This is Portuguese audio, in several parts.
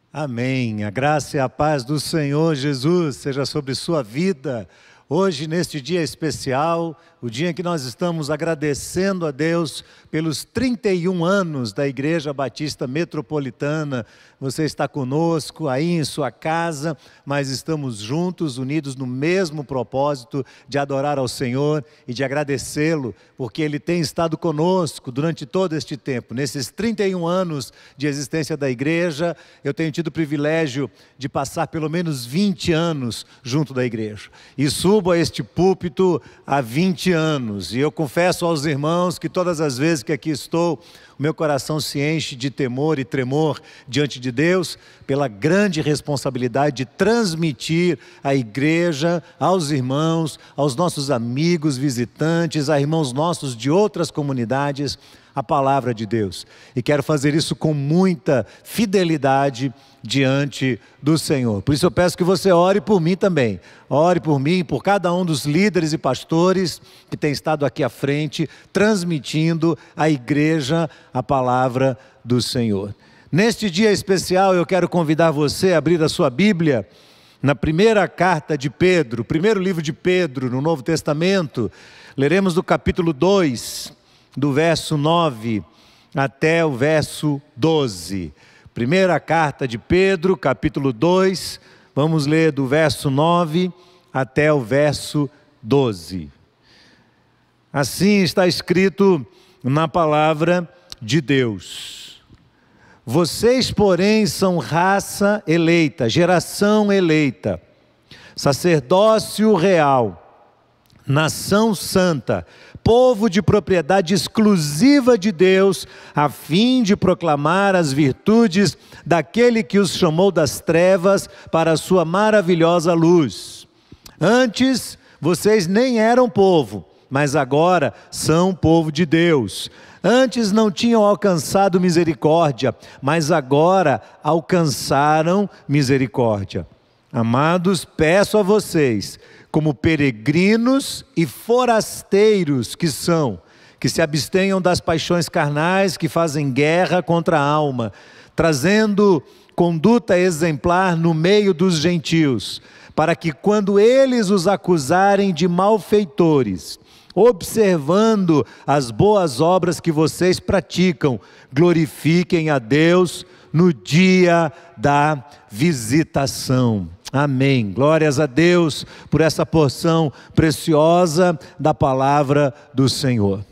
Amém. A graça e a paz do Senhor Jesus seja sobre sua vida. Hoje, neste dia especial, o dia em que nós estamos agradecendo a Deus pelos 31 anos da Igreja Batista Metropolitana. Você está conosco aí em sua casa, mas estamos juntos, unidos no mesmo propósito de adorar ao Senhor e de agradecê-lo, porque Ele tem estado conosco durante todo este tempo. Nesses 31 anos de existência da igreja, eu tenho tido o privilégio de passar pelo menos 20 anos junto da igreja. E subo a este púlpito há 20 anos. E eu confesso aos irmãos que todas as vezes que aqui estou, o meu coração se enche de temor e tremor diante de Deus, pela grande responsabilidade de transmitir à igreja, aos irmãos, aos nossos amigos, visitantes, a irmãos nossos de outras comunidades, a palavra de Deus. E quero fazer isso com muita fidelidade diante do Senhor. Por isso eu peço que você ore por mim também. Ore por mim, por cada um dos líderes e pastores que tem estado aqui à frente, transmitindo à igreja a palavra do Senhor. Neste dia especial eu quero convidar você a abrir a sua Bíblia na primeira carta de Pedro, primeiro livro de Pedro no Novo Testamento. Leremos do capítulo 2, do verso 9 até o verso 12. Primeira carta de Pedro, capítulo 2, vamos ler do verso 9 até o verso 12. Assim está escrito na palavra de Deus: vocês, porém, são raça eleita, geração eleita, sacerdócio real, nação santa, povo de propriedade exclusiva de Deus, a fim de proclamar as virtudes daquele que os chamou das trevas para a sua maravilhosa luz. Antes, vocês nem eram povo, mas agora são povo de Deus. Antes não tinham alcançado misericórdia, mas agora alcançaram misericórdia. Amados, peço a vocês, como peregrinos e forasteiros que são, que se abstenham das paixões carnais que fazem guerra contra a alma, trazendo conduta exemplar no meio dos gentios, para que quando eles os acusarem de malfeitores, observando as boas obras que vocês praticam, glorifiquem a Deus no dia da visitação. Amém. Glórias a Deus por essa porção preciosa da palavra do Senhor.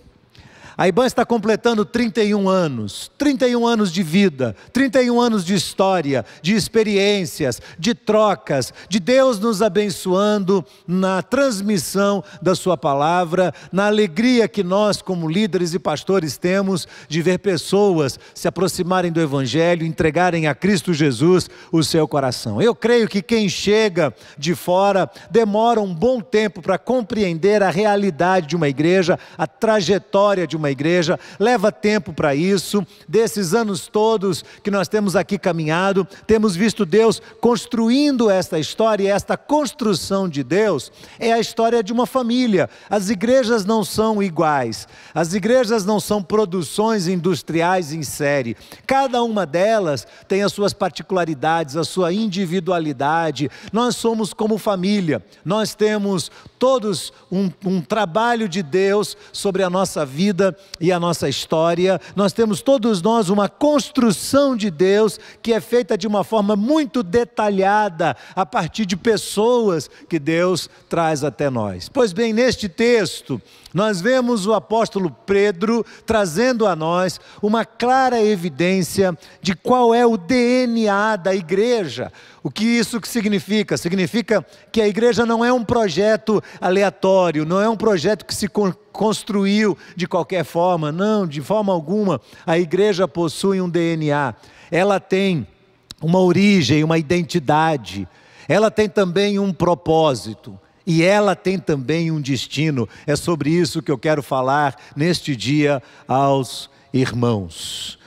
A IBAN está completando 31 anos de vida, 31 anos de história, de experiências, de trocas, de Deus nos abençoando na transmissão da sua palavra, na alegria que nós como líderes e pastores temos de ver pessoas se aproximarem do Evangelho, entregarem a Cristo Jesus o seu coração. Eu creio que quem chega de fora demora um bom tempo para compreender a realidade de uma igreja, a trajetória de uma igreja, leva tempo para isso. Desses anos todos que nós temos aqui caminhado, temos visto Deus construindo esta história, e esta construção de Deus é a história de uma família. As igrejas não são iguais, as igrejas não são produções industriais em série, cada uma delas tem as suas particularidades, a sua individualidade. Nós somos como família, nós temos todos um trabalho de Deus sobre a nossa vida e a nossa história. Nós temos todos nós uma construção de Deus que é feita de uma forma muito detalhada a partir de pessoas que Deus traz até nós. Pois bem, neste texto nós vemos o apóstolo Pedro trazendo a nós uma clara evidência de qual é o DNA da igreja. O que isso significa? Significa que a igreja não é um projeto aleatório, não é um projeto que se construiu de qualquer forma, não, de forma alguma. A igreja possui um DNA, ela tem uma origem, uma identidade, ela tem também um propósito. E ela tem também um destino. É sobre isso que eu quero falar neste dia aos irmãos.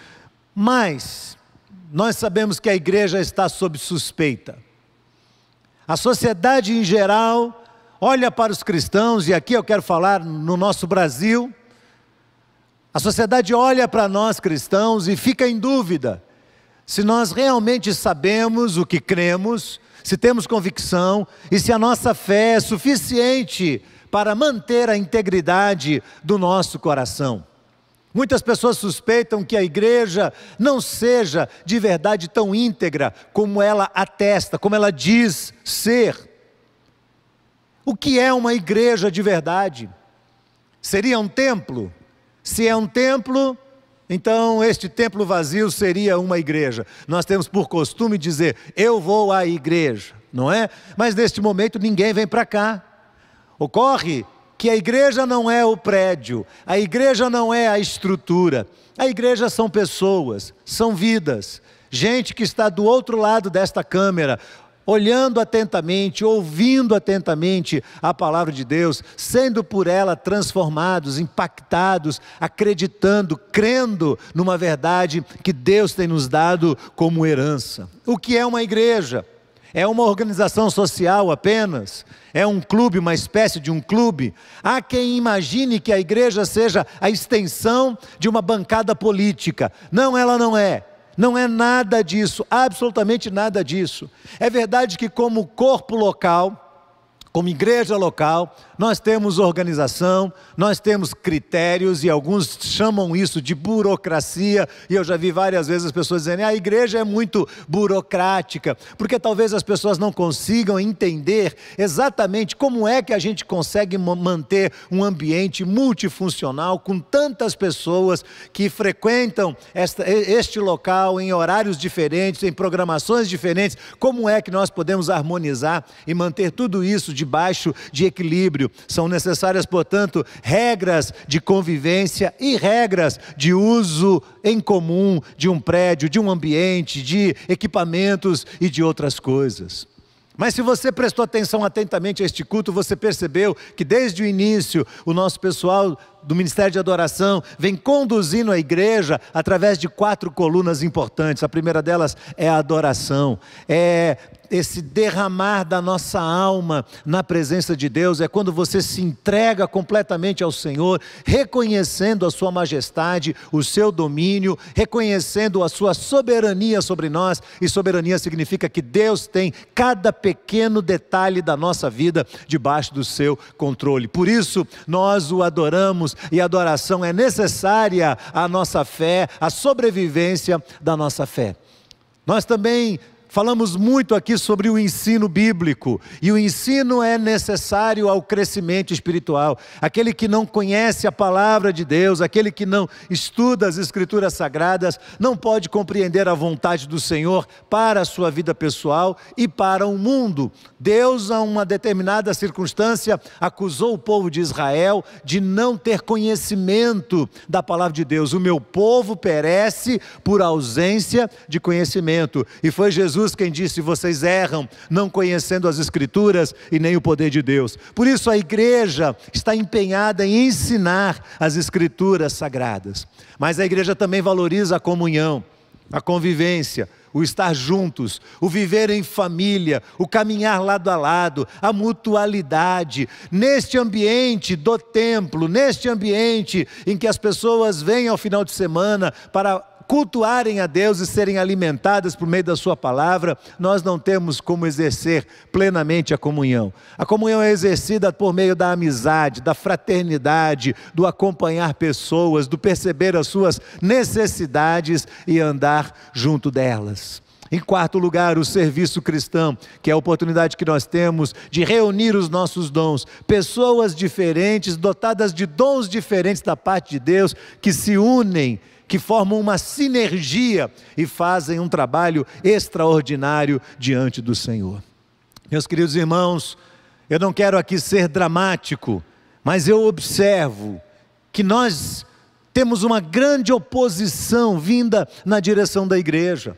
Mas nós sabemos que a igreja está sob suspeita. A sociedade em geral olha para os cristãos, e aqui eu quero falar no nosso Brasil. A sociedade olha para nós cristãos e fica em dúvida se nós realmente sabemos o que cremos, se temos convicção e se a nossa fé é suficiente para manter a integridade do nosso coração. Muitas pessoas suspeitam que a igreja não seja de verdade tão íntegra como ela atesta, como ela diz ser. O que é uma igreja de verdade? Seria um templo? Se é um templo, então este templo vazio seria uma igreja. Nós temos por costume dizer, eu vou à igreja, não é? Mas neste momento ninguém vem para cá. Ocorre que a igreja não é o prédio, a igreja não é a estrutura, a igreja são pessoas, são vidas, gente que está do outro lado desta câmera, olhando atentamente, ouvindo atentamente a palavra de Deus, sendo por ela transformados, impactados, acreditando, crendo numa verdade que Deus tem nos dado como herança. O que é uma igreja? É uma organização social apenas? É um clube, uma espécie de um clube? Há quem imagine que a igreja seja a extensão de uma bancada política. Não, ela não é. Não é nada disso, absolutamente nada disso. É verdade que como corpo local, como igreja local, nós temos organização, nós temos critérios e alguns chamam isso de burocracia, e eu já vi várias vezes as pessoas dizendo, a igreja é muito burocrática, porque talvez as pessoas não consigam entender exatamente como é que a gente consegue manter um ambiente multifuncional com tantas pessoas que frequentam este local em horários diferentes, em programações diferentes, como é que nós podemos harmonizar e manter tudo isso debaixo de equilíbrio. São necessárias, portanto, regras de convivência e regras de uso em comum de um prédio, de um ambiente, de equipamentos e de outras coisas. Mas se você prestou atenção atentamente a este culto, você percebeu que desde o início o nosso pessoal do Ministério de Adoração vem conduzindo a igreja através de 4 colunas importantes. A primeira delas é a adoração, é esse derramar da nossa alma na presença de Deus, é quando você se entrega completamente ao Senhor, reconhecendo a sua majestade, o seu domínio, reconhecendo a sua soberania sobre nós, e soberania significa que Deus tem cada pequeno detalhe da nossa vida debaixo do seu controle. Por isso nós o adoramos, e a adoração é necessária à nossa fé, à sobrevivência da nossa fé. Nós também falamos muito aqui sobre o ensino bíblico, e o ensino é necessário ao crescimento espiritual. Aquele que não conhece a palavra de Deus, aquele que não estuda as escrituras sagradas, não pode compreender a vontade do Senhor para a sua vida pessoal e para o mundo. Deus, a uma determinada circunstância, acusou o povo de Israel de não ter conhecimento da palavra de Deus. O meu povo perece por ausência de conhecimento, e foi Jesus quem disse, vocês erram não conhecendo as escrituras e nem o poder de Deus. Por isso a igreja está empenhada em ensinar as escrituras sagradas, mas a igreja também valoriza a comunhão, a convivência, o estar juntos, o viver em família, o caminhar lado a lado, a mutualidade, neste ambiente do templo, neste ambiente em que as pessoas vêm ao final de semana para cultuarem a Deus e serem alimentadas por meio da sua palavra, nós não temos como exercer plenamente a comunhão. A comunhão é exercida por meio da amizade, da fraternidade, do acompanhar pessoas, do perceber as suas necessidades e andar junto delas. Em quarto lugar, o serviço cristão, que é a oportunidade que nós temos de reunir os nossos dons, pessoas diferentes, dotadas de dons diferentes da parte de Deus, que se unem, que formam uma sinergia e fazem um trabalho extraordinário diante do Senhor. Meus queridos irmãos, eu não quero aqui ser dramático, mas eu observo que nós temos uma grande oposição vinda na direção da igreja.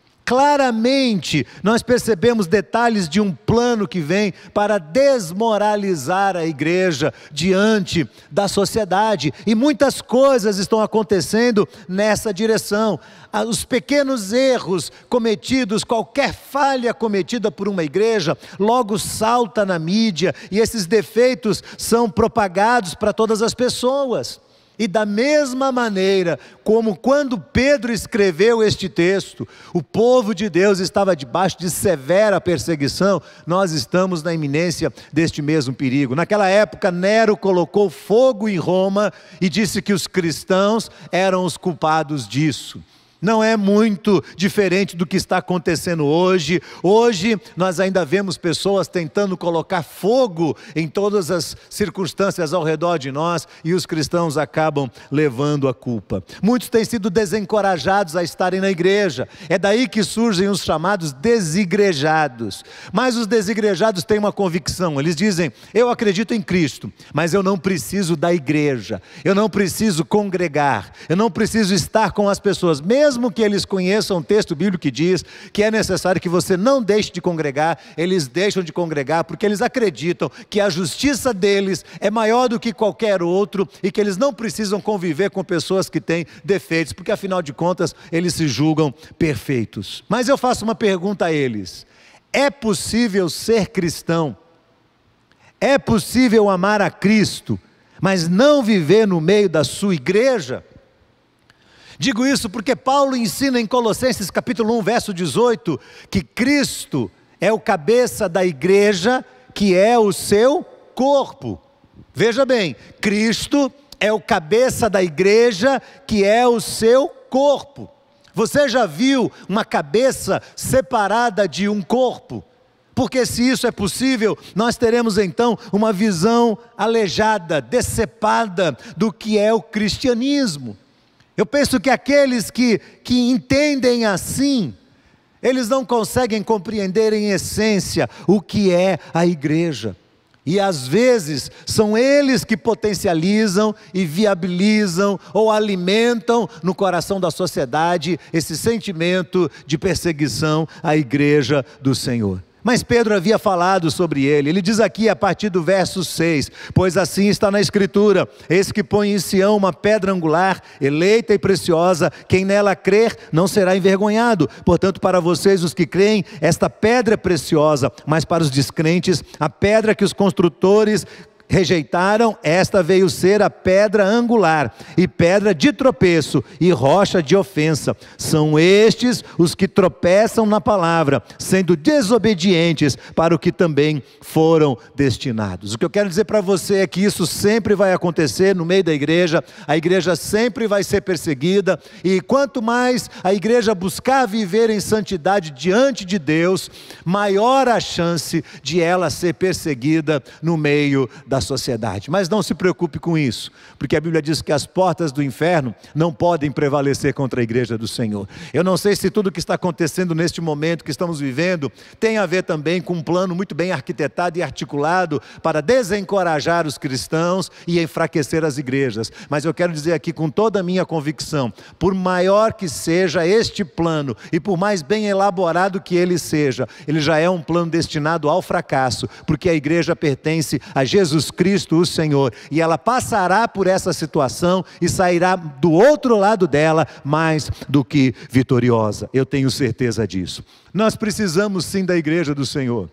Claramente nós percebemos detalhes de um plano que vem para desmoralizar a igreja diante da sociedade, e muitas coisas estão acontecendo nessa direção. Os pequenos erros cometidos, qualquer falha cometida por uma igreja, logo salta na mídia, e esses defeitos são propagados para todas as pessoas. E da mesma maneira como quando Pedro escreveu este texto, o povo de Deus estava debaixo de severa perseguição, nós estamos na iminência deste mesmo perigo. Naquela época, Nero colocou fogo em Roma e disse que os cristãos eram os culpados disso. Não é muito diferente do que está acontecendo hoje. Hoje nós ainda vemos pessoas tentando colocar fogo em todas as circunstâncias ao redor de nós e os cristãos acabam levando a culpa. Muitos têm sido desencorajados a estarem na igreja. É daí que surgem os chamados desigrejados. Mas os desigrejados têm uma convicção. Eles dizem: eu acredito em Cristo, mas eu não preciso da igreja. Eu não preciso congregar. Eu não preciso estar com as pessoas. Mesmo que eles conheçam o texto bíblico que diz que é necessário que você não deixe de congregar, eles deixam de congregar porque eles acreditam que a justiça deles é maior do que qualquer outro e que eles não precisam conviver com pessoas que têm defeitos, porque afinal de contas eles se julgam perfeitos. Mas eu faço uma pergunta a eles: é possível ser cristão? É possível amar a Cristo, mas não viver no meio da sua igreja? Digo isso porque Paulo ensina em Colossenses capítulo 1, verso 18, que Cristo é o cabeça da igreja, que é o seu corpo. Veja bem, Cristo é o cabeça da igreja, que é o seu corpo. Você já viu uma cabeça separada de um corpo? Porque se isso é possível, nós teremos então uma visão aleijada, decepada do que é o cristianismo. Eu penso que aqueles que entendem assim, eles não conseguem compreender em essência o que é a igreja. E às vezes são eles que potencializam e viabilizam ou alimentam no coração da sociedade esse sentimento de perseguição à igreja do Senhor. Mas Pedro havia falado sobre ele diz aqui a partir do verso 6, pois assim está na Escritura, eis que põe em Sião uma pedra angular, eleita e preciosa, quem nela crer não será envergonhado. Portanto, para vocês os que creem, esta pedra é preciosa, mas para os descrentes, a pedra que os construtores rejeitaram, esta veio ser a pedra angular, e pedra de tropeço, e rocha de ofensa. São estes os que tropeçam na palavra, sendo desobedientes para o que também foram destinados. O que eu quero dizer para você é que isso sempre vai acontecer no meio da igreja. A igreja sempre vai ser perseguida, e quanto mais a igreja buscar viver em santidade diante de Deus, maior a chance de ela ser perseguida no meio da sociedade. Mas não se preocupe com isso, porque a Bíblia diz que as portas do inferno não podem prevalecer contra a igreja do Senhor. Eu não sei se tudo o que está acontecendo neste momento que estamos vivendo tem a ver também com um plano muito bem arquitetado e articulado para desencorajar os cristãos e enfraquecer as igrejas, mas eu quero dizer aqui com toda a minha convicção, por maior que seja este plano e por mais bem elaborado que ele seja, ele já é um plano destinado ao fracasso, porque a igreja pertence a Jesus Cristo, o Senhor, e ela passará por essa situação e sairá do outro lado dela mais do que vitoriosa. Eu tenho certeza disso. Nós precisamos sim da igreja do Senhor.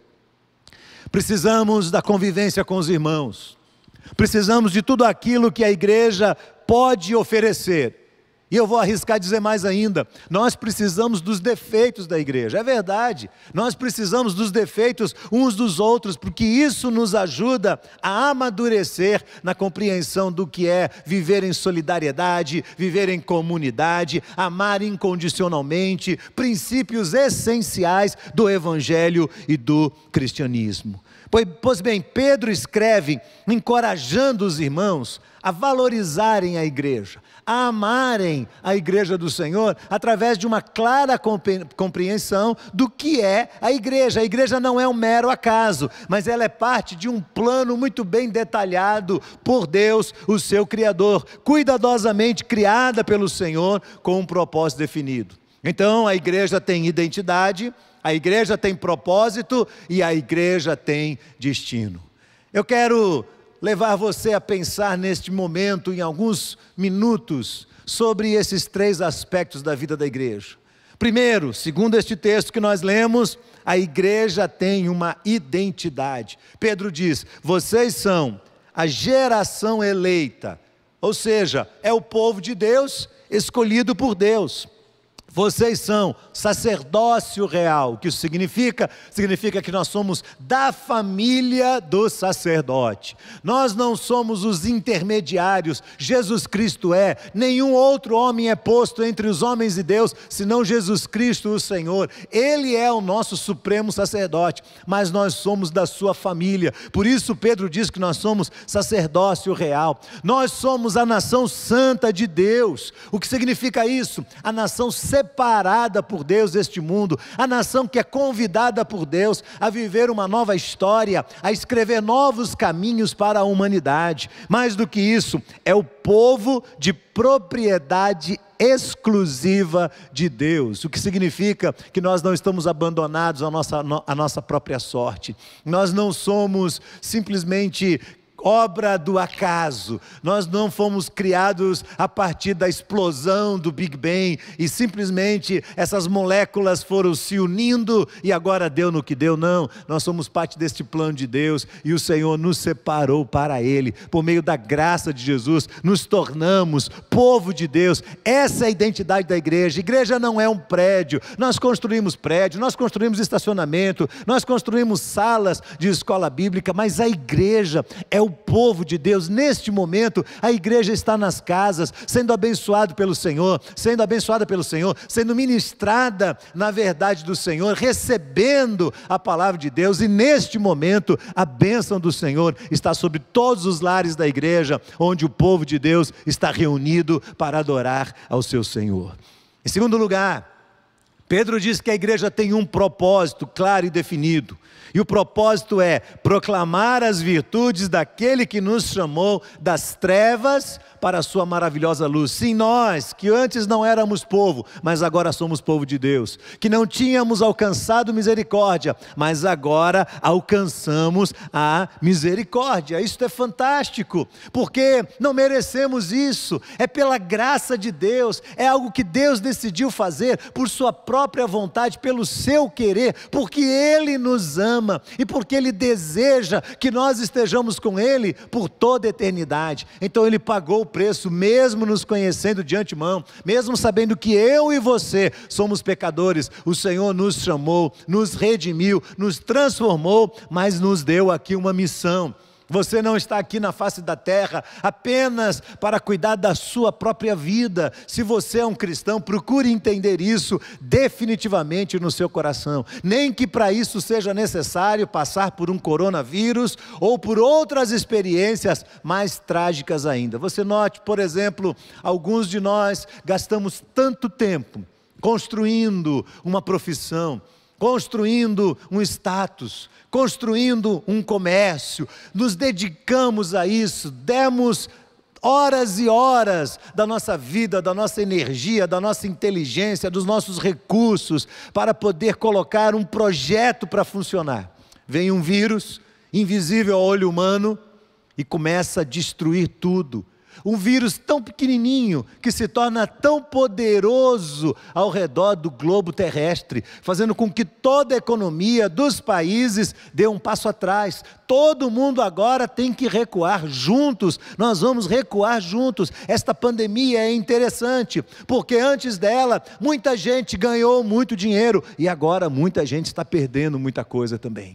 Precisamos da convivência com os irmãos. Precisamos de tudo aquilo que a igreja pode oferecer. E eu vou arriscar dizer mais ainda, nós precisamos dos defeitos da igreja, é verdade, nós precisamos dos defeitos uns dos outros, porque isso nos ajuda a amadurecer na compreensão do que é viver em solidariedade, viver em comunidade, amar incondicionalmente, princípios essenciais do evangelho e do cristianismo. Pois bem, Pedro escreve encorajando os irmãos a valorizarem a igreja, a amarem a igreja do Senhor, através de uma clara compreensão do que é a igreja. A igreja não é um mero acaso, mas ela é parte de um plano muito bem detalhado por Deus, o seu Criador, cuidadosamente criada pelo Senhor com um propósito definido. Então a igreja tem identidade, a igreja tem propósito e a igreja tem destino. Eu quero levar você a pensar neste momento, em alguns minutos, sobre esses três aspectos da vida da igreja. Primeiro, segundo este texto que nós lemos, a igreja tem uma identidade. Pedro diz: vocês são a geração eleita, ou seja, é o povo de Deus, escolhido por Deus. Vocês são sacerdócio real. O que isso significa? Significa que nós somos da família do sacerdote. Nós não somos os intermediários. Jesus Cristo é. Nenhum outro homem é posto entre os homens e Deus, senão Jesus Cristo, o Senhor. Ele é o nosso supremo sacerdote, mas nós somos da sua família. Por isso Pedro diz que nós somos sacerdócio real. Nós somos a nação santa de Deus. O que significa isso? A nação separada por Deus deste mundo, a nação que é convidada por Deus a viver uma nova história, a escrever novos caminhos para a humanidade. Mais do que isso, é o povo de propriedade exclusiva de Deus, o que significa que nós não estamos abandonados à nossa própria sorte. Nós não somos simplesmente obra do acaso. Nós não fomos criados a partir da explosão do Big Bang e simplesmente essas moléculas foram se unindo e agora deu no que deu. Não, nós somos parte deste plano de Deus e o Senhor nos separou para Ele. Por meio da graça de Jesus, nos tornamos povo de Deus. Essa é a identidade da igreja. Igreja não é um prédio. Nós construímos prédio, nós construímos estacionamento, nós construímos salas de escola bíblica, mas a igreja é o povo de Deus. Neste momento a igreja está nas casas, sendo abençoada pelo Senhor, sendo ministrada na verdade do Senhor, recebendo a palavra de Deus, e neste momento a bênção do Senhor está sobre todos os lares da igreja, onde o povo de Deus está reunido para adorar ao seu Senhor. Em segundo lugar, Pedro diz que a igreja tem um propósito claro e definido, e o propósito é proclamar as virtudes daquele que nos chamou das trevas para a sua maravilhosa luz. Sim, nós, que antes não éramos povo, mas agora somos povo de Deus, que não tínhamos alcançado misericórdia, mas agora alcançamos a misericórdia. Isso é fantástico, porque não merecemos isso, é pela graça de Deus, é algo que Deus decidiu fazer por sua própria vontade, pelo seu querer, porque Ele nos ama e porque Ele deseja que nós estejamos com Ele por toda a eternidade. Então Ele pagou o preço, mesmo nos conhecendo de antemão, mesmo sabendo que eu e você somos pecadores. O Senhor nos chamou, nos redimiu, nos transformou, mas nos deu aqui uma missão. Você não está aqui na face da terra apenas para cuidar da sua própria vida. Se você é um cristão, procure entender isso definitivamente no seu coração. Nem que para isso seja necessário passar por um coronavírus ou por outras experiências mais trágicas ainda. Você note, por exemplo, alguns de nós gastamos tanto tempo construindo uma profissão, construindo um status, construindo um comércio, nos dedicamos a isso, demos horas e horas da nossa vida, da nossa energia, da nossa inteligência, dos nossos recursos, para poder colocar um projeto para funcionar. Vem um vírus, invisível ao olho humano, e começa a destruir tudo. Um vírus tão pequenininho que se torna tão poderoso ao redor do globo terrestre, fazendo com que toda a economia dos países dê um passo atrás. Todo mundo agora tem que recuar juntos, nós vamos recuar juntos. Esta pandemia é interessante, porque antes dela, muita gente ganhou muito dinheiro, e agora muita gente está perdendo muita coisa também.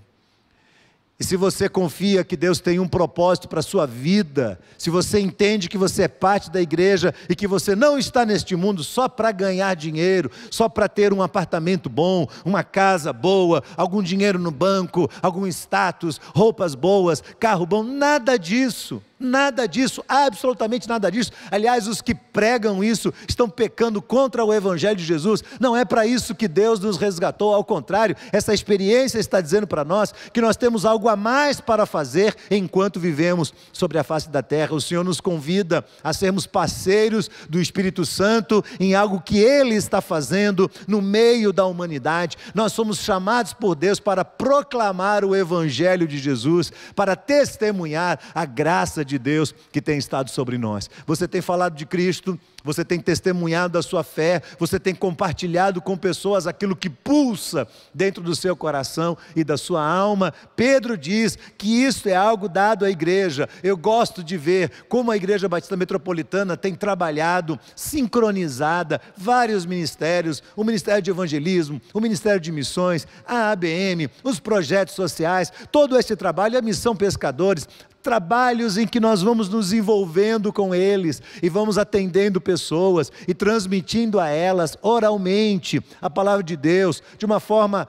E se você confia que Deus tem um propósito para a sua vida, se você entende que você é parte da igreja e que você não está neste mundo só para ganhar dinheiro, só para ter um apartamento bom, uma casa boa, algum dinheiro no banco, algum status, roupas boas, carro bom, nada disso. Nada disso, absolutamente nada disso. Aliás, os que pregam isso estão pecando contra o Evangelho de Jesus. Não é para isso que Deus nos resgatou, ao contrário, essa experiência está dizendo para nós que nós temos algo a mais para fazer enquanto vivemos sobre a face da terra. O Senhor nos convida a sermos parceiros do Espírito Santo em algo que Ele está fazendo no meio da humanidade. Nós somos chamados por Deus para proclamar o Evangelho de Jesus, para testemunhar a graça de Deus que tem estado sobre nós. Você tem falado de Cristo, você tem testemunhado da sua fé, você tem compartilhado com pessoas aquilo que pulsa dentro do seu coração e da sua alma. Pedro diz que isso é algo dado à igreja. Eu gosto de ver como a Igreja Batista Metropolitana tem trabalhado, sincronizada, vários ministérios, o Ministério de Evangelismo, o Ministério de Missões, a ABM, os projetos sociais, todo esse trabalho, a Missão Pescadores, trabalhos em que nós vamos nos envolvendo com eles e vamos atendendo pessoas e transmitindo a elas oralmente a palavra de Deus de uma forma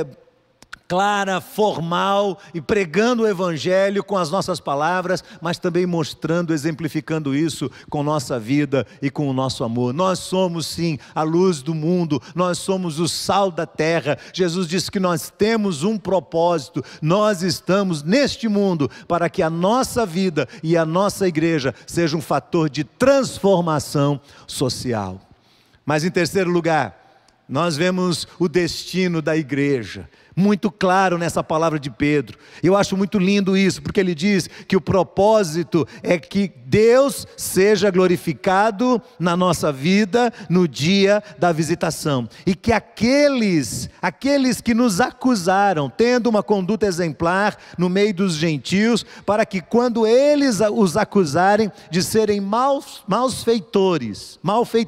clara, formal, e pregando o Evangelho com as nossas palavras, mas também mostrando, exemplificando isso com nossa vida e com o nosso amor. Nós somos sim a luz do mundo, nós somos o sal da terra. Jesus disse que nós temos um propósito, nós estamos neste mundo para que a nossa vida e a nossa igreja seja um fator de transformação social. Mas em terceiro lugar, nós vemos o destino da igreja, muito claro nessa palavra de Pedro. Eu acho muito lindo isso, porque ele diz que o propósito é que Deus seja glorificado na nossa vida no dia da visitação. E que aqueles que nos acusaram, tendo uma conduta exemplar no meio dos gentios, para que quando eles os acusarem de serem malfeitores,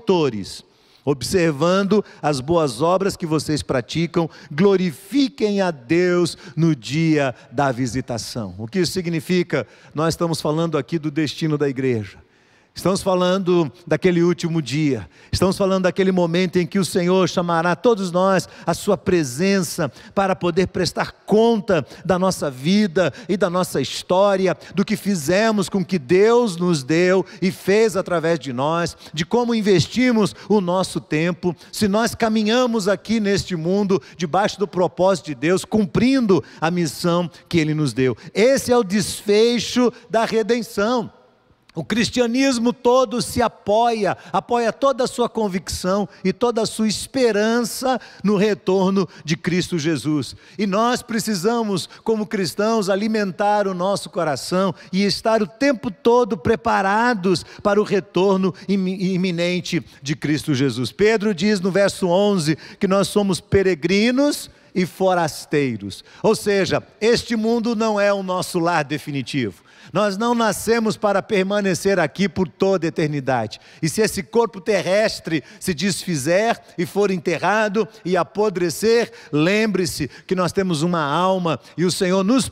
observando as boas obras que vocês praticam, glorifiquem a Deus no dia da visitação. O que isso significa? Nós estamos falando aqui do destino da igreja. Estamos falando daquele último dia, estamos falando daquele momento em que o Senhor chamará todos nós à sua presença para poder prestar conta da nossa vida e da nossa história, do que fizemos com que Deus nos deu e fez através de nós, de como investimos o nosso tempo, se nós caminhamos aqui neste mundo debaixo do propósito de Deus, cumprindo a missão que Ele nos deu. Esse é o desfecho da redenção. O cristianismo todo se apoia toda a sua convicção e toda a sua esperança no retorno de Cristo Jesus. E nós precisamos, como cristãos, alimentar o nosso coração e estar o tempo todo preparados para o retorno iminente de Cristo Jesus. Pedro diz no verso 11 que nós somos peregrinos e forasteiros. Ou seja, este mundo não é o nosso lar definitivo. Nós não nascemos para permanecer aqui por toda a eternidade. E se esse corpo terrestre se desfizer e for enterrado e apodrecer, lembre-se que nós temos uma alma e o Senhor nos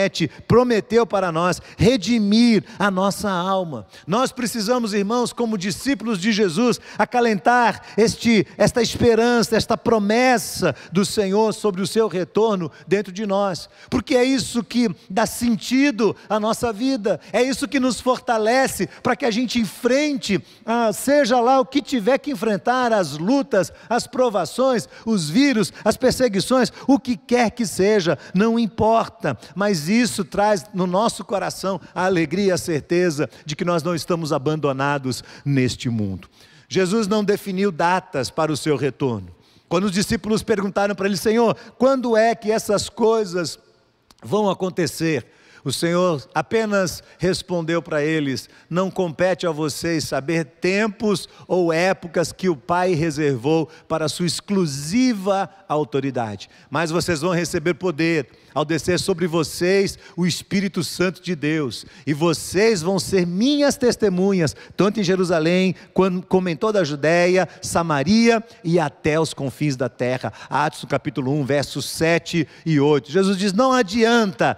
prometeu para nós redimir a nossa alma. Nós precisamos, irmãos, como discípulos de Jesus, acalentar esta esperança, esta promessa do Senhor sobre o seu retorno dentro de nós, porque é isso que dá sentido à nossa vida. É isso que nos fortalece para que a gente enfrente, seja lá o que tiver que enfrentar, as lutas, as provações, os vírus, as perseguições, o que quer que seja, não importa, mas isso traz no nosso coração a alegria e a certeza de que nós não estamos abandonados neste mundo. Jesus não definiu datas para o seu retorno. Quando os discípulos perguntaram para ele: Senhor, quando é que essas coisas vão acontecer? O Senhor apenas respondeu para eles: não compete a vocês saber tempos ou épocas que o Pai reservou para a sua exclusiva autoridade, mas vocês vão receber poder ao descer sobre vocês o Espírito Santo de Deus, e vocês vão ser minhas testemunhas, tanto em Jerusalém, como em toda a Judéia, Samaria e até os confins da terra. Atos capítulo 1, versos 7 e 8. Jesus diz: não adianta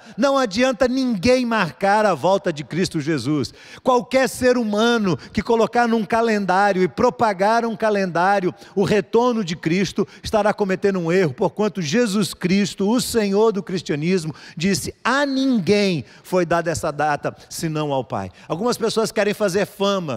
ninguém marcar a volta de Cristo Jesus. Qualquer ser humano que colocar num calendário e propagar um calendário o retorno de Cristo, estará cometendo um erro, porquanto Jesus Cristo, o Senhor do cristianismo, disse: a ninguém foi dada essa data, senão ao Pai. Algumas pessoas querem fazer fama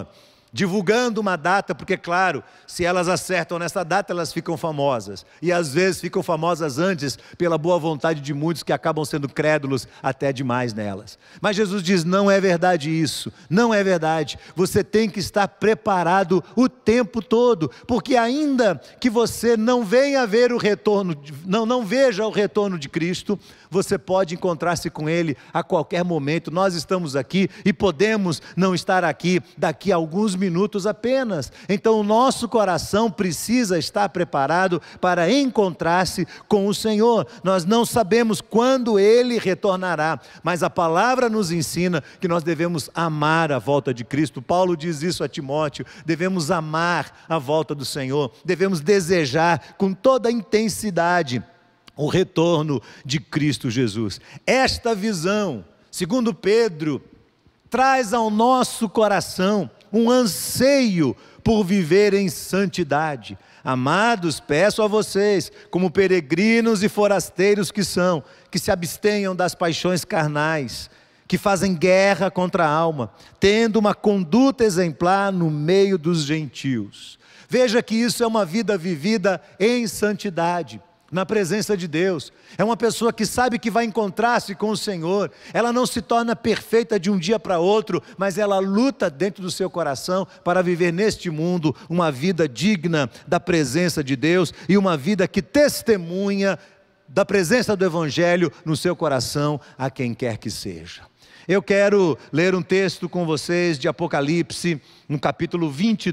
divulgando uma data, porque claro, se elas acertam nessa data, elas ficam famosas, e às vezes ficam famosas antes, pela boa vontade de muitos que acabam sendo crédulos até demais nelas. Mas Jesus diz, não é verdade isso, não é verdade, você tem que estar preparado o tempo todo, porque ainda que você não venha ver o retorno, não veja o retorno de Cristo, você pode encontrar-se com Ele a qualquer momento. Nós estamos aqui e podemos não estar aqui daqui a alguns minutos apenas. Então o nosso coração precisa estar preparado para encontrar-se com o Senhor. Nós não sabemos quando Ele retornará, mas a palavra nos ensina que nós devemos amar a volta de Cristo. Paulo diz isso a Timóteo, devemos amar a volta do Senhor, devemos desejar com toda a intensidade o retorno de Cristo Jesus. Esta visão, segundo Pedro, traz ao nosso coração um anseio por viver em santidade. Amados, peço a vocês, como peregrinos e forasteiros que são, que se abstenham das paixões carnais, que fazem guerra contra a alma, tendo uma conduta exemplar no meio dos gentios. Veja que isso é uma vida vivida em santidade, na presença de Deus. É uma pessoa que sabe que vai encontrar-se com o Senhor. Ela não se torna perfeita de um dia para outro, mas ela luta dentro do seu coração para viver neste mundo uma vida digna da presença de Deus e uma vida que testemunha da presença do Evangelho no seu coração a quem quer que seja. Eu quero ler um texto com vocês de Apocalipse, no capítulo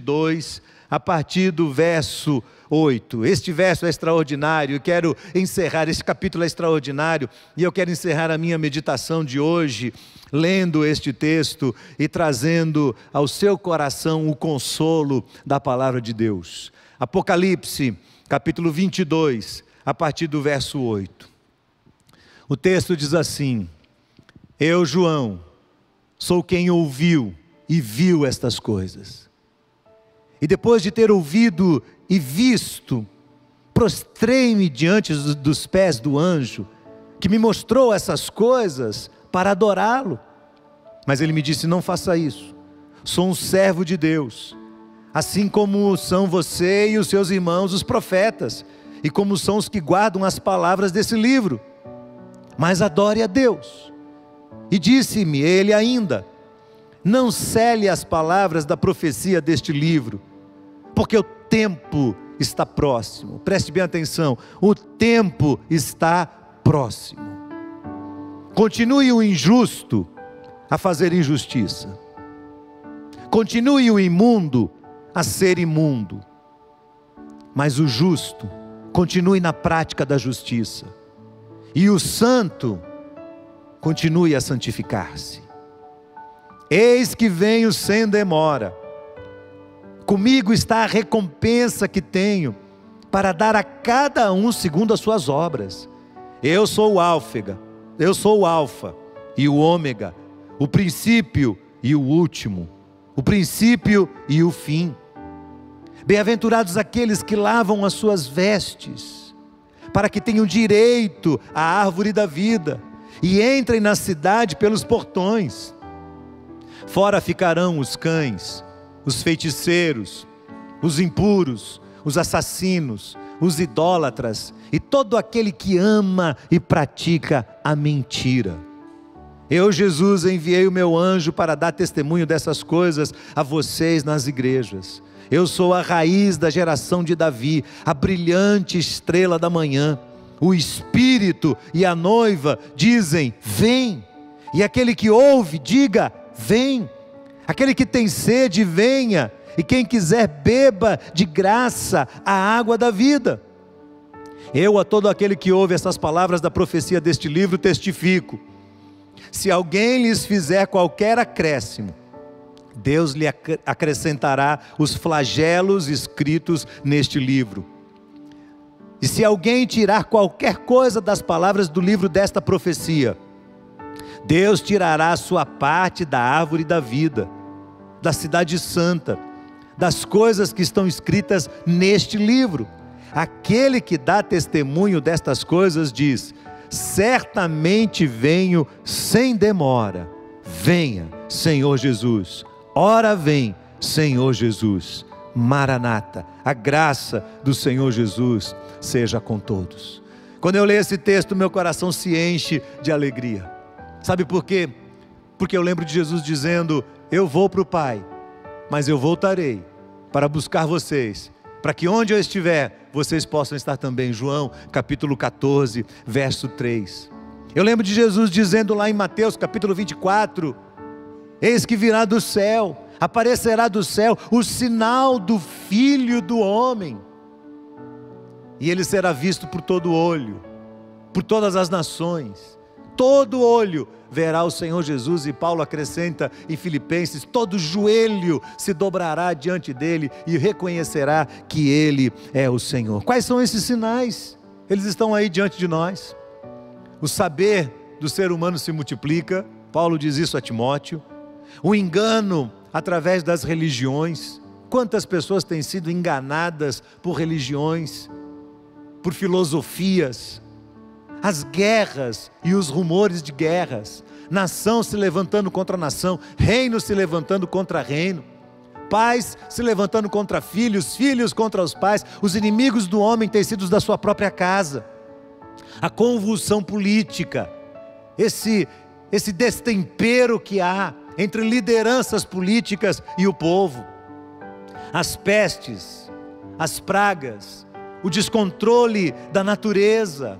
22, a partir do verso 8. Este verso é extraordinário, eu quero encerrar, este capítulo é extraordinário, e eu quero encerrar a minha meditação de hoje, lendo este texto e trazendo ao seu coração o consolo da palavra de Deus. Apocalipse, capítulo 22, a partir do verso 8. O texto diz assim: eu, João, sou quem ouviu e viu estas coisas. E depois de ter ouvido e visto, prostrei-me diante dos pés do anjo, que me mostrou essas coisas para adorá-lo. Mas ele me disse, não faça isso, sou um servo de Deus, assim como são você e os seus irmãos os profetas, e como são os que guardam as palavras desse livro, mas adore a Deus. E disse-me ele ainda, não cele as palavras da profecia deste livro, porque o tempo está próximo. Preste bem atenção, o tempo está próximo. Continue o injusto a fazer injustiça, continue o imundo a ser imundo, mas o justo continue na prática da justiça, e o santo continue a santificar-se. Eis que venho sem demora, comigo está a recompensa que tenho, para dar a cada um segundo as suas obras. Eu sou o Alfa e o Ômega, o princípio e o último, o princípio e o fim. Bem-aventurados aqueles que lavam as suas vestes, para que tenham direito à árvore da vida, e entrem na cidade pelos portões. Fora ficarão os cães, os feiticeiros, os impuros, os assassinos, os idólatras, e todo aquele que ama e pratica a mentira. Eu, Jesus, enviei o meu anjo para dar testemunho dessas coisas a vocês nas igrejas. Eu sou a raiz da geração de Davi, a brilhante estrela da manhã. O Espírito e a noiva dizem, vem. E aquele que ouve, diga, vem. Aquele que tem sede, venha. E quem quiser, beba de graça a água da vida. Eu, a todo aquele que ouve essas palavras da profecia deste livro, testifico: se alguém lhes fizer qualquer acréscimo, Deus lhe acrescentará os flagelos escritos neste livro. E se alguém tirar qualquer coisa das palavras do livro desta profecia, Deus tirará a sua parte da árvore da vida, da cidade santa, das coisas que estão escritas neste livro. Aquele que dá testemunho destas coisas diz: certamente venho sem demora. Venha, Senhor Jesus. Ora vem, Senhor Jesus. Maranata, a graça do Senhor Jesus seja com todos. Quando eu leio esse texto, meu coração se enche de alegria. Sabe por quê? Porque eu lembro de Jesus dizendo: eu vou para o Pai, mas eu voltarei para buscar vocês, para que onde eu estiver, vocês possam estar também. João capítulo 14, verso 3. Eu lembro de Jesus dizendo lá em Mateus capítulo 24: eis que virá do céu, aparecerá do céu o sinal do Filho do Homem, e ele será visto por todo olho, por todas as nações. Todo olho verá o Senhor Jesus. E Paulo acrescenta em Filipenses: todo joelho se dobrará diante dele e reconhecerá que ele é o Senhor. Quais são esses sinais? Eles estão aí diante de nós. O saber do ser humano se multiplica, Paulo diz isso a Timóteo. O engano através das religiões. Quantas pessoas têm sido enganadas por religiões, por filosofias? As guerras e os rumores de guerras, nação se levantando contra nação, reino se levantando contra reino, pais se levantando contra filhos, filhos contra os pais. Os inimigos do homem têm sido os da sua própria casa. A convulsão política, esse destempero que há entre lideranças políticas e o povo, as pestes, as pragas, o descontrole da natureza,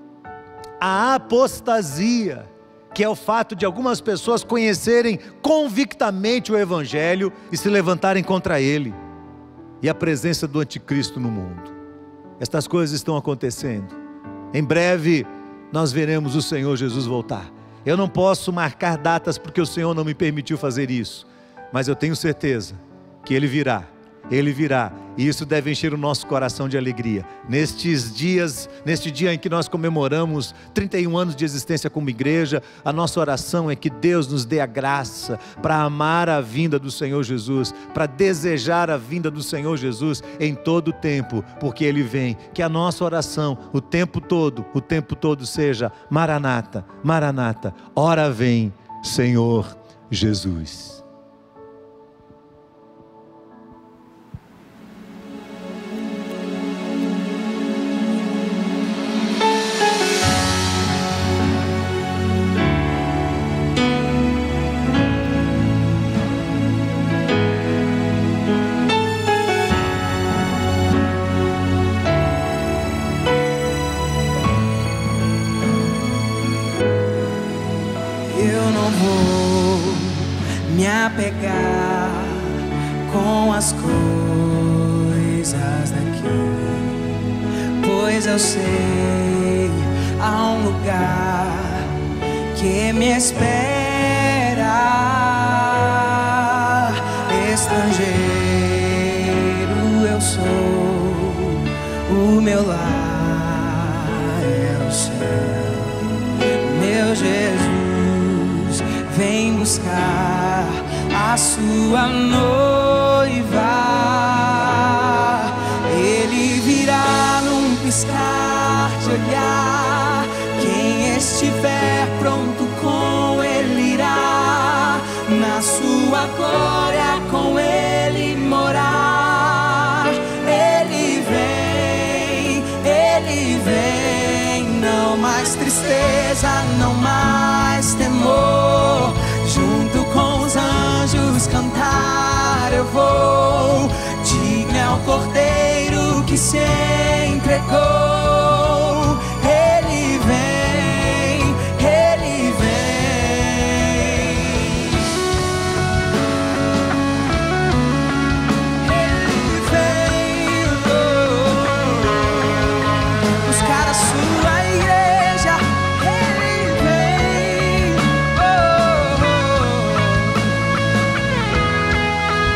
a apostasia, que é o fato de algumas pessoas conhecerem convictamente o Evangelho e se levantarem contra ele, e a presença do anticristo no mundo. Estas coisas estão acontecendo. Em breve nós veremos o Senhor Jesus voltar. Eu não posso marcar datas porque o Senhor não me permitiu fazer isso, mas eu tenho certeza que Ele virá. Ele virá, e isso deve encher o nosso coração de alegria. Neste dia em que nós comemoramos 31 anos de existência como igreja, a nossa oração é que Deus nos dê a graça para amar a vinda do Senhor Jesus, para desejar a vinda do Senhor Jesus em todo o tempo, porque Ele vem. Que a nossa oração o tempo todo seja: Maranata, Maranata, ora vem, Senhor Jesus. Apegar com as coisas daqui, pois eu sei há um lugar que me espera. Estrangeiro eu sou, o meu lar é o céu. Meu Jesus vem buscar a sua noiva. Ele virá num piscar de olhar. Quem estiver pronto com Ele irá, na sua glória com Ele morar. Ele vem, não mais tristeza, não mais temor. Junto com os anjos cantar eu vou, digne ao Cordeiro que se entregou. Ele vem, Ele vem. Ele vem, buscar a sua igreja. Ele vem,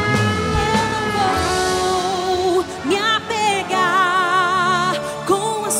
me apegar com as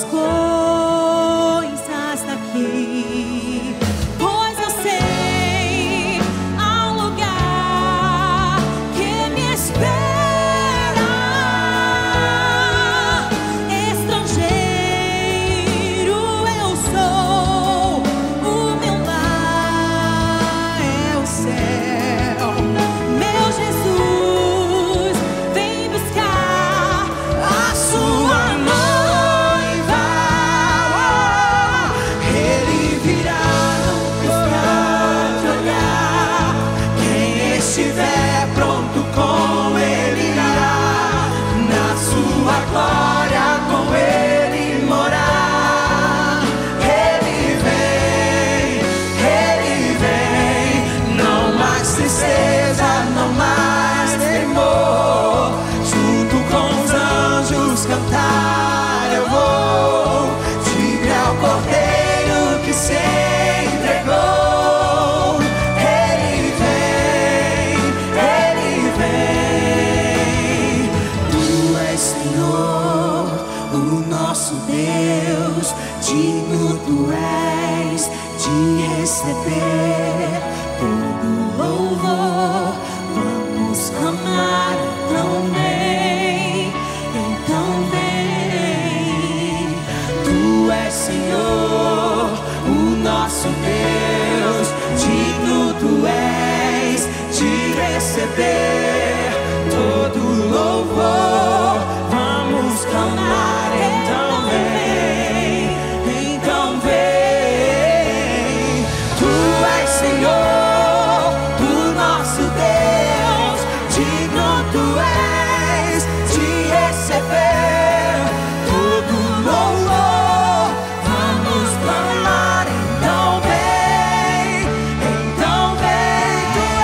digno tu és de receber todo louvor. Vamos clamar, então vem. Tu és Senhor, o nosso Deus, digno tu és de receber todo louvor. Vamos clamar, então vem, então vem. Tu és Senhor, o nosso Deus, digno tu és de receber todo louvor. Vamos clamar, então vem, então vem.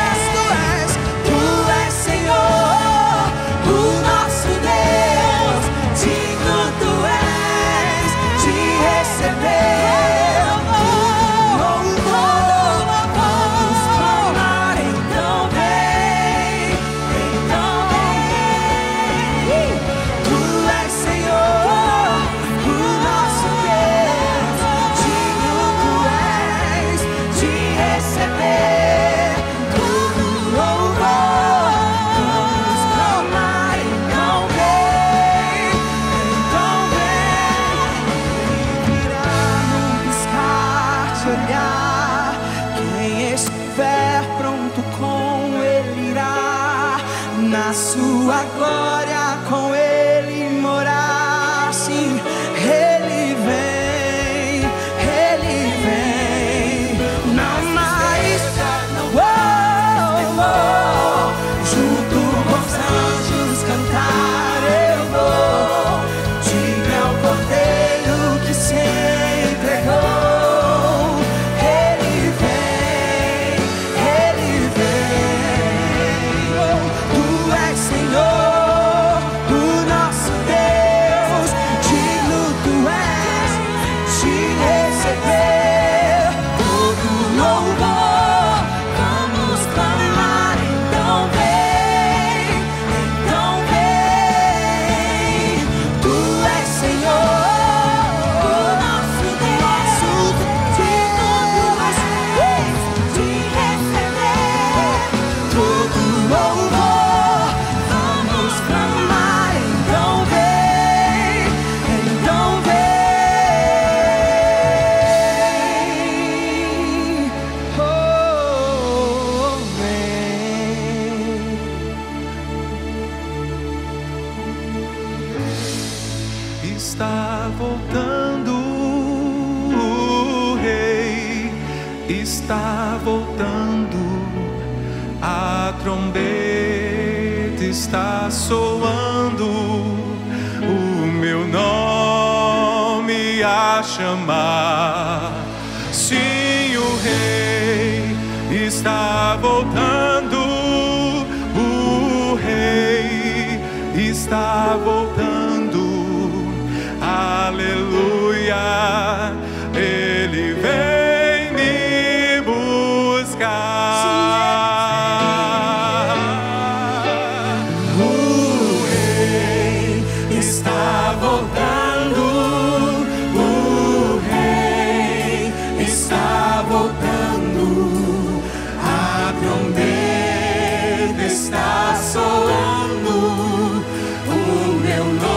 Tu és Senhor, o nosso Deus, digno tu és de receber todo louvor. Vamos clamar, então vem, então vem. Tu és Senhor, o nosso Deus, digno tu és de receber todo louvor. Vamos clamar, então vem, então vem. Virá num piscar de olhar. Quem estiver pronto com ele irá, na sua glória com ele morar. Sim, ele vem, não mais. Junto com os anjos cantar eu vou. Diga ao Cordeiro que se entregou. Ele vem, tu és Senhor, o nosso Deus, digno tu és de receber todo louvor. Vamos clamar, então vem, então vem. Tu és Senhor, o nosso Deus, digno tu és de receber todo louvor. Vamos clamar, então vem, então vem. Oh, vem. Está voltando o Rei, está voltando, a trombeta está soando, o meu nome a chamar. Sim, o Rei está voltando, o Rei está voltando. Aleluia, ele vem me buscar. O Rei está voltando, o Rei está voltando, a trombeta está soando, o meu nome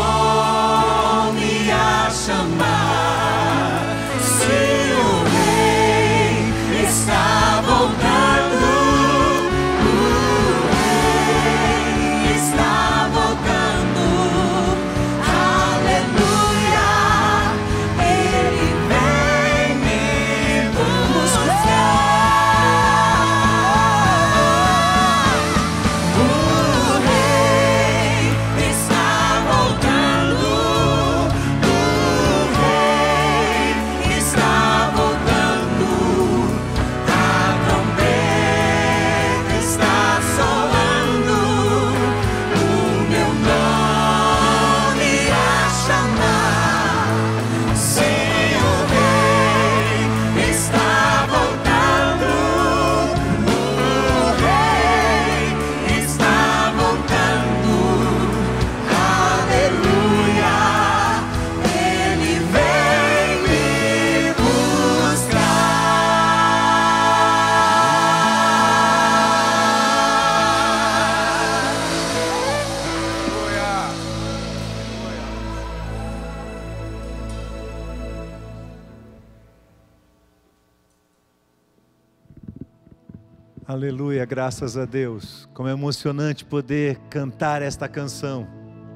Aleluia, graças a Deus. Como é emocionante poder cantar esta canção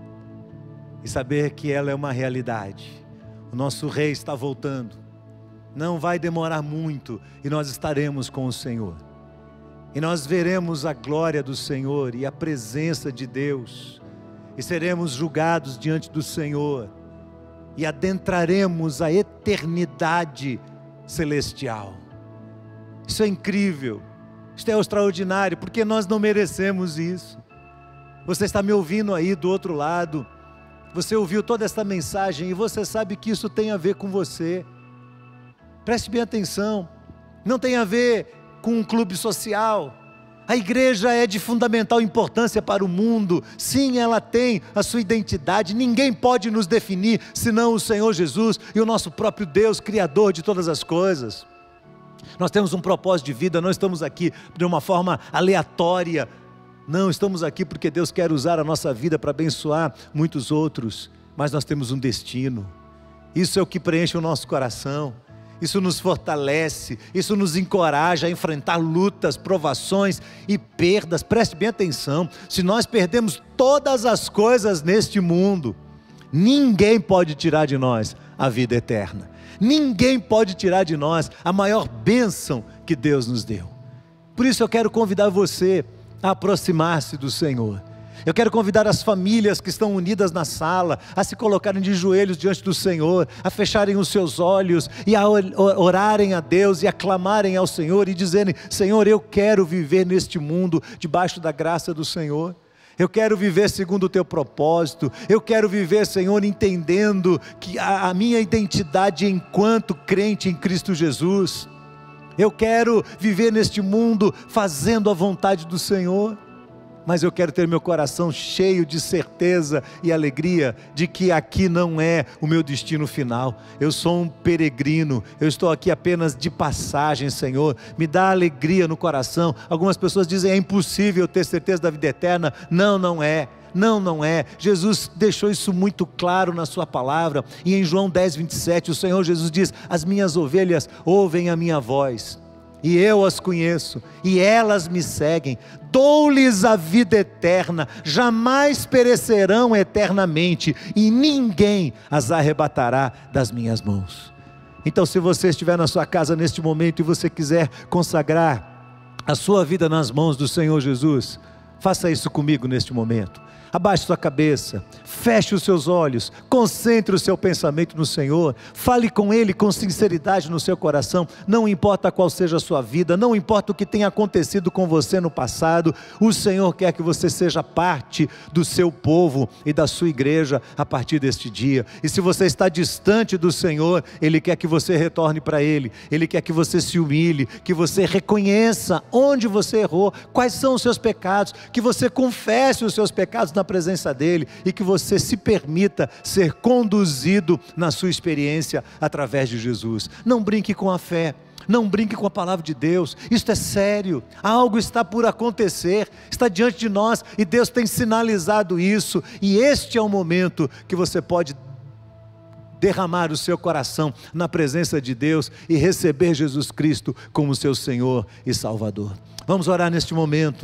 e saber que ela é uma realidade. O nosso Rei está voltando. Não vai demorar muito e nós estaremos com o Senhor. E nós veremos a glória do Senhor e a presença de Deus. E seremos julgados diante do Senhor. E adentraremos a eternidade celestial. Isso é incrível. Isto é extraordinário, porque nós não merecemos isso. Você está me ouvindo aí do outro lado. Você ouviu toda esta mensagem e você sabe que isso tem a ver com você. Preste bem atenção. Não tem a ver com um clube social. A igreja é de fundamental importância para o mundo. Sim, ela tem a sua identidade. Ninguém pode nos definir senão o Senhor Jesus e o nosso próprio Deus, Criador de todas as coisas. Nós temos um propósito de vida, não estamos aqui de uma forma aleatória. Não, estamos aqui porque Deus quer usar a nossa vida para abençoar muitos outros. Mas nós temos um destino. Isso é o que preenche o nosso coração. Isso nos fortalece, isso nos encoraja a enfrentar lutas, provações e perdas. Preste bem atenção, se nós perdemos todas as coisas neste mundo, ninguém pode tirar de nós a vida eterna. Ninguém pode tirar de nós a maior bênção que Deus nos deu. Por isso eu quero convidar você a aproximar-se do Senhor. Eu quero convidar as famílias que estão unidas na sala a se colocarem de joelhos diante do Senhor, a fecharem os seus olhos e a orarem a Deus e a clamarem ao Senhor e dizerem: Senhor, eu quero viver neste mundo debaixo da graça do Senhor. Eu quero viver segundo o teu propósito. Eu quero viver, Senhor, entendendo que a minha identidade enquanto crente em Cristo Jesus. Eu quero viver neste mundo fazendo a vontade do Senhor. Mas eu quero ter meu coração cheio de certeza e alegria de que aqui não é o meu destino final. Eu sou um peregrino, eu estou aqui apenas de passagem, Senhor. Me dá alegria no coração. Algumas pessoas dizem: é impossível ter certeza da vida eterna. Não, não é. Não, não é. Jesus deixou isso muito claro na sua palavra. E em João 10:27, o Senhor Jesus diz: as minhas ovelhas ouvem a minha voz. E eu as conheço, e elas me seguem. Dou-lhes a vida eterna, jamais perecerão eternamente, e ninguém as arrebatará das minhas mãos. Então, se você estiver na sua casa neste momento e você quiser consagrar a sua vida nas mãos do Senhor Jesus, faça isso comigo neste momento. Abaixe sua cabeça, feche os seus olhos, concentre o seu pensamento no Senhor, fale com Ele com sinceridade no seu coração. Não importa qual seja a sua vida, não importa o que tenha acontecido com você no passado, o Senhor quer que você seja parte do seu povo e da sua igreja a partir deste dia. E se você está distante do Senhor, Ele quer que você retorne para Ele, Ele quer que você se humilhe, que você reconheça onde você errou, quais são os seus pecados, que você confesse os seus pecados na presença dEle e que você se permita ser conduzido na sua experiência através de Jesus. Não brinque com a fé, não brinque com a palavra de Deus. Isto é sério, algo está por acontecer, está diante de nós e Deus tem sinalizado isso, e este é o momento que você pode derramar o seu coração na presença de Deus e receber Jesus Cristo como seu Senhor e Salvador. Vamos orar neste momento.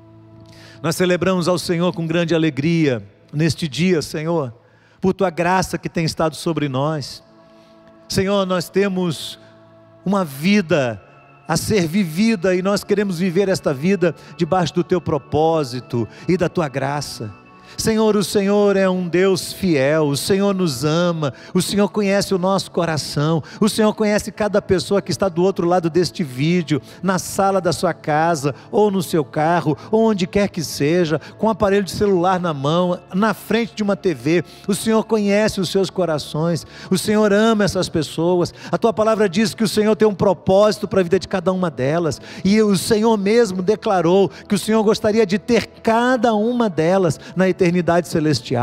Nós celebramos ao Senhor com grande alegria neste dia, Senhor, por Tua graça que tem estado sobre nós. Senhor, nós temos uma vida a ser vivida e nós queremos viver esta vida debaixo do Teu propósito e da Tua graça. Senhor, o Senhor é um Deus fiel, o Senhor nos ama, o Senhor conhece o nosso coração, o Senhor conhece cada pessoa que está do outro lado deste vídeo, na sala da sua casa, ou no seu carro, ou onde quer que seja, com um aparelho de celular na mão, na frente de uma TV. O Senhor conhece os seus corações, o Senhor ama essas pessoas. A Tua palavra diz que o Senhor tem um propósito para a vida de cada uma delas, e o Senhor mesmo declarou que o Senhor gostaria de ter cada uma delas na eternidade celestial.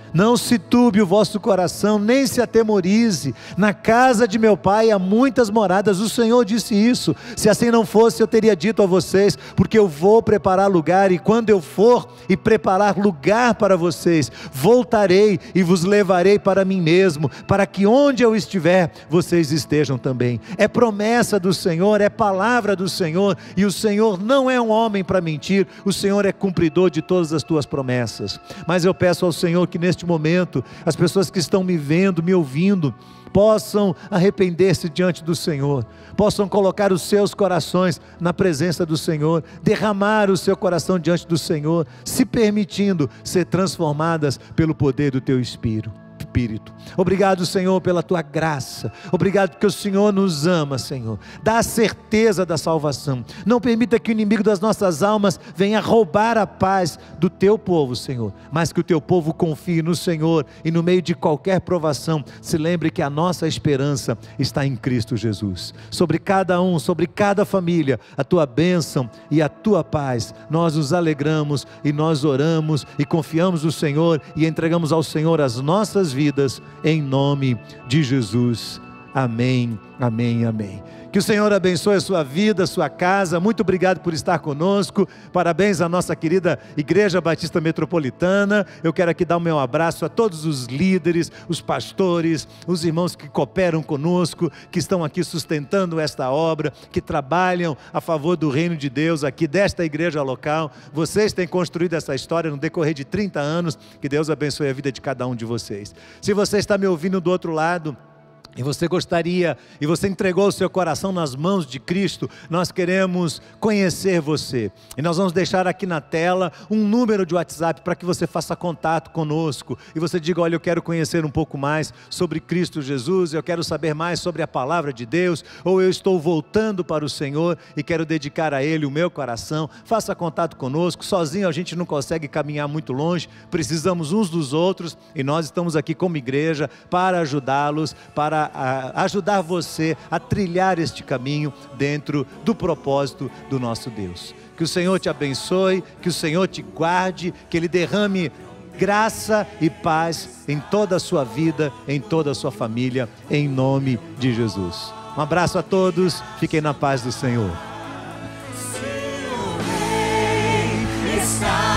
Não se turbe o vosso coração, nem se atemorize. Na casa de meu pai há muitas moradas. O Senhor disse isso. Se assim não fosse, eu teria dito a vocês, porque eu vou preparar lugar, e quando eu for e preparar lugar para vocês, voltarei e vos levarei para mim mesmo, para que onde eu estiver, vocês estejam também. É promessa do Senhor, é palavra do Senhor, e o Senhor não é um homem para mentir, o Senhor é cumpridor de todas as tuas promessas. Mas eu peço ao Senhor que neste momento, as pessoas que estão me vendo, me ouvindo, possam arrepender-se diante do Senhor, possam colocar os seus corações na presença do Senhor, derramar o seu coração diante do Senhor, se permitindo ser transformadas pelo poder do teu Espírito. Obrigado, Senhor, pela tua graça. Obrigado porque o Senhor nos ama, Senhor. Dá a certeza da salvação. Não permita que o inimigo das nossas almas venha roubar a paz do teu povo, Senhor, mas que o teu povo confie no Senhor, e no meio de qualquer provação se lembre que a nossa esperança está em Cristo Jesus. Sobre cada um, sobre cada família, a tua bênção e a tua paz. Nós nos alegramos e nós oramos e confiamos no Senhor e entregamos ao Senhor as nossas vidas, em nome de Jesus. Amém, amém, amém. Que o Senhor abençoe a sua vida, a sua casa. Muito obrigado por estar conosco. Parabéns à nossa querida Igreja Batista Metropolitana. Eu quero aqui dar o meu abraço a todos os líderes, os pastores, os irmãos que cooperam conosco, que estão aqui sustentando esta obra, que trabalham a favor do reino de Deus aqui desta igreja local. Vocês têm construído essa história no decorrer de 30 anos. Que Deus abençoe a vida de cada um de vocês. Se você está me ouvindo do outro lado, e você gostaria, e você entregou o seu coração nas mãos de Cristo, nós queremos conhecer você, e nós vamos deixar aqui na tela um número de WhatsApp para que você faça contato conosco, e você diga: olha, eu quero conhecer um pouco mais sobre Cristo Jesus, eu quero saber mais sobre a palavra de Deus, ou eu estou voltando para o Senhor e quero dedicar a Ele o meu coração. Faça contato conosco. Sozinho a gente não consegue caminhar muito longe, precisamos uns dos outros, e nós estamos aqui como igreja para ajudá-los, para ajudar você a trilhar este caminho dentro do propósito do nosso Deus. Que o Senhor te abençoe, que o Senhor te guarde, que Ele derrame graça e paz em toda a sua vida, em toda a sua família, em nome de Jesus. Um abraço a todos, fiquem na paz do Senhor. Se o Rei está